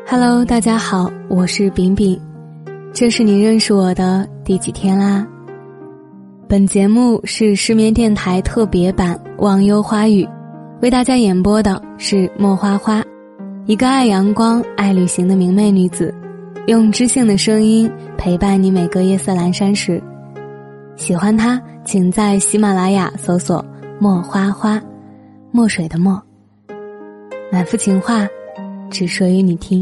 Hello， 大家好，我是饼饼，这是你认识我的第几天啦？本节目是失眠电台特别版忘忧花语，为大家演播的是墨花花，一个爱阳光爱旅行的明媚女子，用知性的声音陪伴你每个夜色阑珊时。喜欢她请在喜马拉雅搜索墨花花，墨水的墨，满腹情话只说与你听。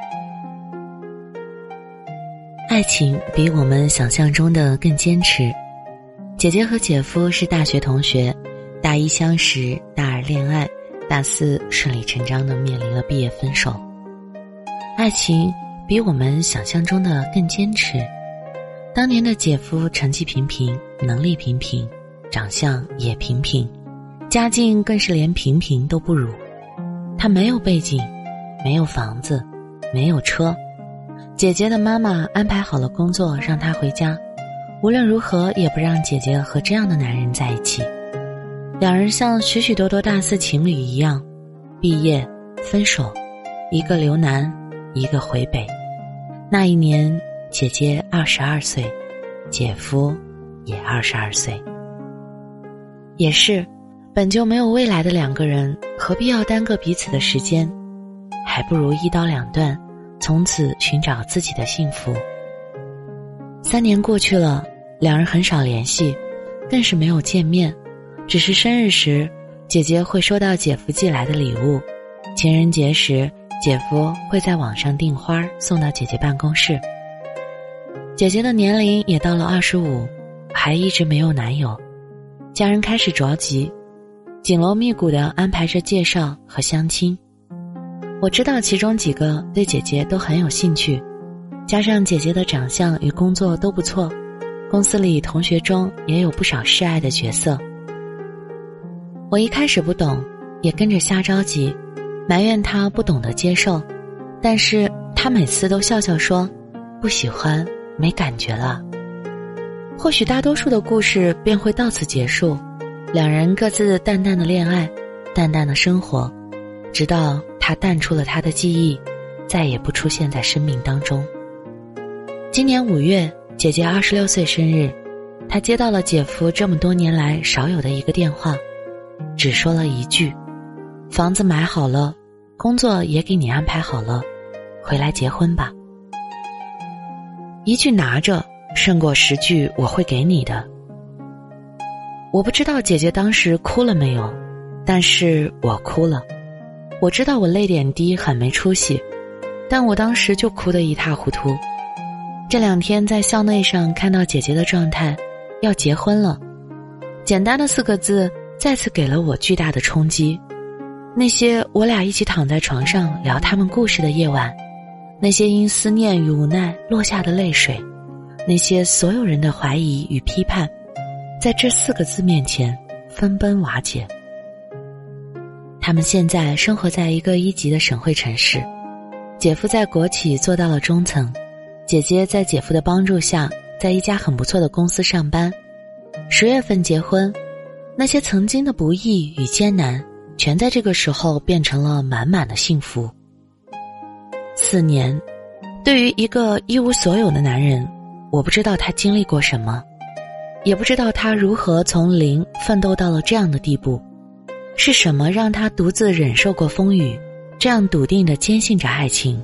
爱情比我们想象中的更坚持。姐姐和姐夫是大学同学，大一相识，大二恋爱，大四顺理成章地面临了毕业分手。爱情比我们想象中的更坚持。当年的姐夫成绩平平，能力平平，长相也平平，家境更是连平平都不如。他没有背景，没有房子，没有车。姐姐的妈妈安排好了工作让她回家，无论如何也不让姐姐和这样的男人在一起。两人像许许多多大四情侣一样，毕业分手，一个留南，一个回北。那一年姐姐22岁，姐夫也22岁。也是，本就没有未来的两个人，何必要耽搁彼此的时间？还不如一刀两断，从此寻找自己的幸福。3年过去了，两人很少联系，更是没有见面。只是生日时，姐姐会收到姐夫寄来的礼物；情人节时，姐夫会在网上订花送到姐姐办公室。姐姐的年龄也到了25，还一直没有男友，家人开始着急，紧锣密鼓地安排着介绍和相亲。我知道其中几个对姐姐都很有兴趣，加上姐姐的长相与工作都不错，公司里同学中也有不少示爱的角色。我一开始不懂，也跟着瞎着急，埋怨她不懂得接受，但是她每次都笑笑说不喜欢，没感觉了。或许大多数的故事便会到此结束，两人各自淡淡的恋爱，淡淡的生活，直到他淡出了他的记忆，再也不出现在生命当中。今年5月，姐姐26岁生日，她接到了姐夫这么多年来少有的一个电话，只说了一句：房子买好了，工作也给你安排好了，回来结婚吧。一句拿着胜过10句我会给你的。我不知道姐姐当时哭了没有，但是我哭了。我知道我泪点低很没出息，但我当时就哭得一塌糊涂。这2天在校内上看到姐姐的状态，要结婚了，简单的4个字再次给了我巨大的冲击。那些我俩一起躺在床上聊他们故事的夜晚，那些因思念与无奈落下的泪水，那些所有人的怀疑与批判，在这4个字面前分崩瓦解。他们现在生活在一个1级的省会城市，姐夫在国企做到了中层，姐姐在姐夫的帮助下在一家很不错的公司上班。10月份结婚，那些曾经的不易与艰难全在这个时候变成了满满的幸福。4年，对于一个一无所有的男人，我不知道他经历过什么，也不知道他如何从0奋斗到了这样的地步。是什么让他独自忍受过风雨，这样笃定地坚信着爱情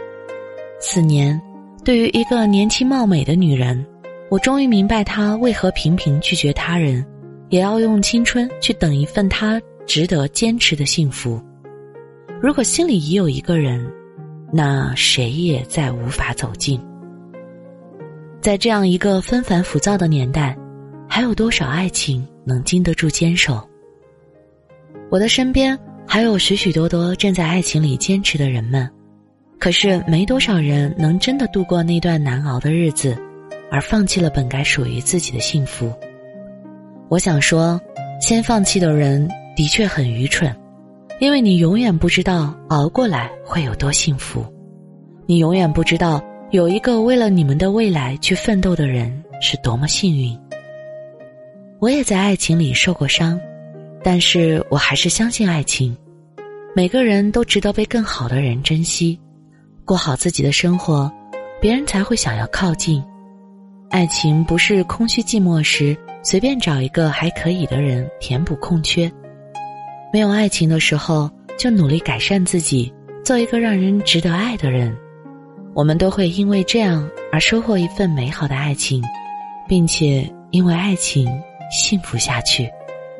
？4年，对于一个年轻貌美的女人，我终于明白她为何频频拒绝他人，也要用青春去等一份她值得坚持的幸福。如果心里已有一个人，那谁也再无法走近。在这样一个纷繁浮躁的年代，还有多少爱情能经得住坚守？我的身边还有许许多多正在爱情里坚持的人们，可是没多少人能真的度过那段难熬的日子，而放弃了本该属于自己的幸福。我想说，先放弃的人的确很愚蠢，因为你永远不知道熬过来会有多幸福，你永远不知道有一个为了你们的未来去奋斗的人是多么幸运。我也在爱情里受过伤，但是我还是相信爱情，每个人都值得被更好的人珍惜， 过好自己的生活，别人才会想要靠近。爱情不是空虚寂寞时随便找一个还可以的人填补空缺，没有爱情的时候就努力改善自己，做一个让人值得爱的人。我们都会因为这样而收获一份美好的爱情，并且因为爱情幸福下去。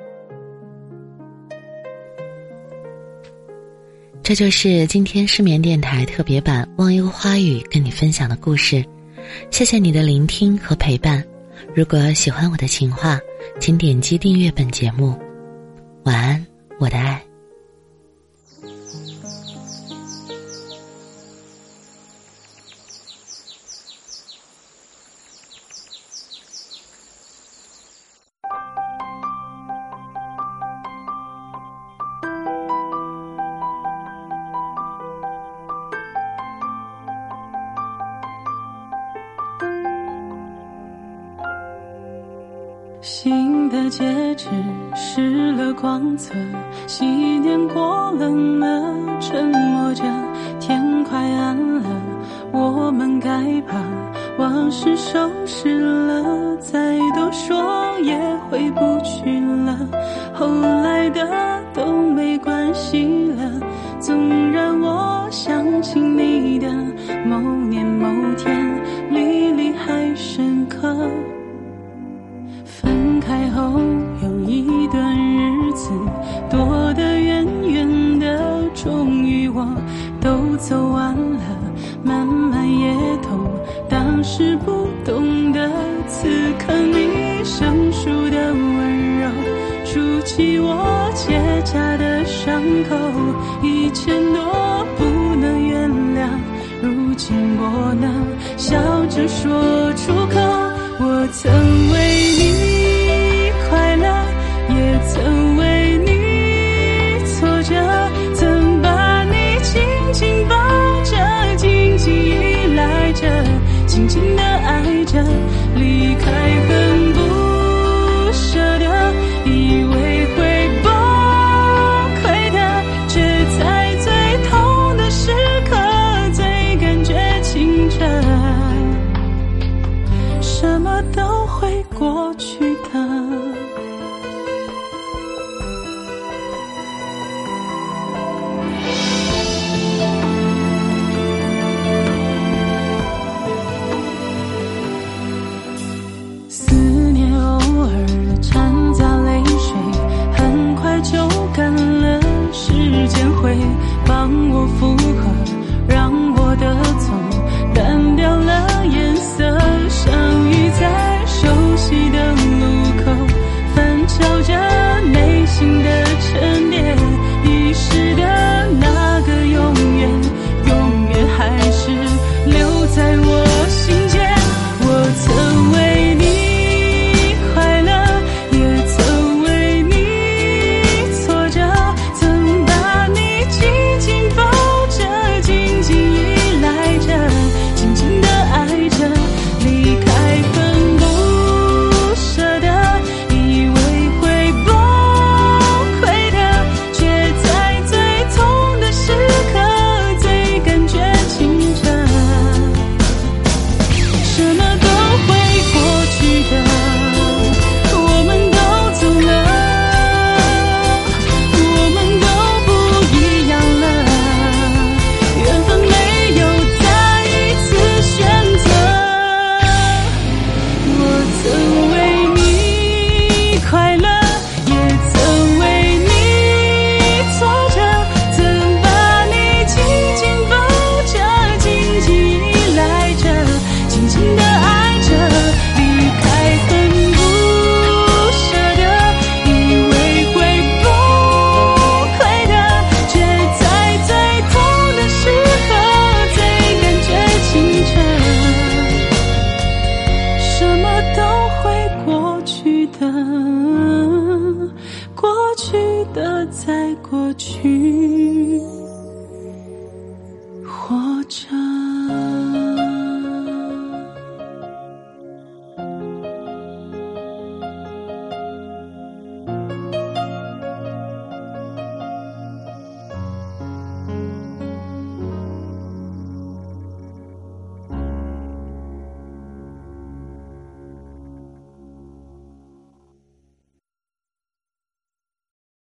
这就是今天失眠电台特别版忘忧花语跟你分享的故事，谢谢你的聆听和陪伴。如果喜欢我的情话，请点击订阅本节目。晚安，我的爱。 新的戒指失了光泽，纪念过冷了，沉默着，天快暗了，我们该把往事收拾了，再多说也回不去了，后来的都没关系了，纵然我想起你的某年某天，历历还深刻。分开后有一段日子，躲得远远的，终于我都走完了，慢慢也懂当时不懂的，此刻你生疏的温柔，筑起我结痂的伤口，以前多不能原谅，如今我能笑着说出口。我曾为你快乐，也曾为你挫折，曾把你紧紧抱着，紧紧依赖着，紧紧地爱着，离开很不舍得，以为会崩溃的，却在最痛的时刻最感觉清澈，什么都会过去的。思念偶尔掺杂泪水，很快就干了，时间会帮我复合，让我的痛淡掉了颜色，相遇在熟悉的路口，翻敲着内心的沉淀，遗失的那个永远，永远还是留在我心间。我曾为你快乐，也曾为你挫折，曾把你紧紧抱着，紧紧依赖着，紧紧地爱着，离开很不舍得，以为会崩溃的，却在最痛的时刻最感觉清澈，什么都会过去的，我们都走了，我们都不一样了，缘分没有再一次选择。我曾为你快乐，也曾为你挫折，曾把你紧紧抱着，紧紧依赖着，紧紧地爱着，离开很不舍得，以为会崩溃的，却在最痛的时刻最感觉清澈，什么都会过去的，过去的在过去。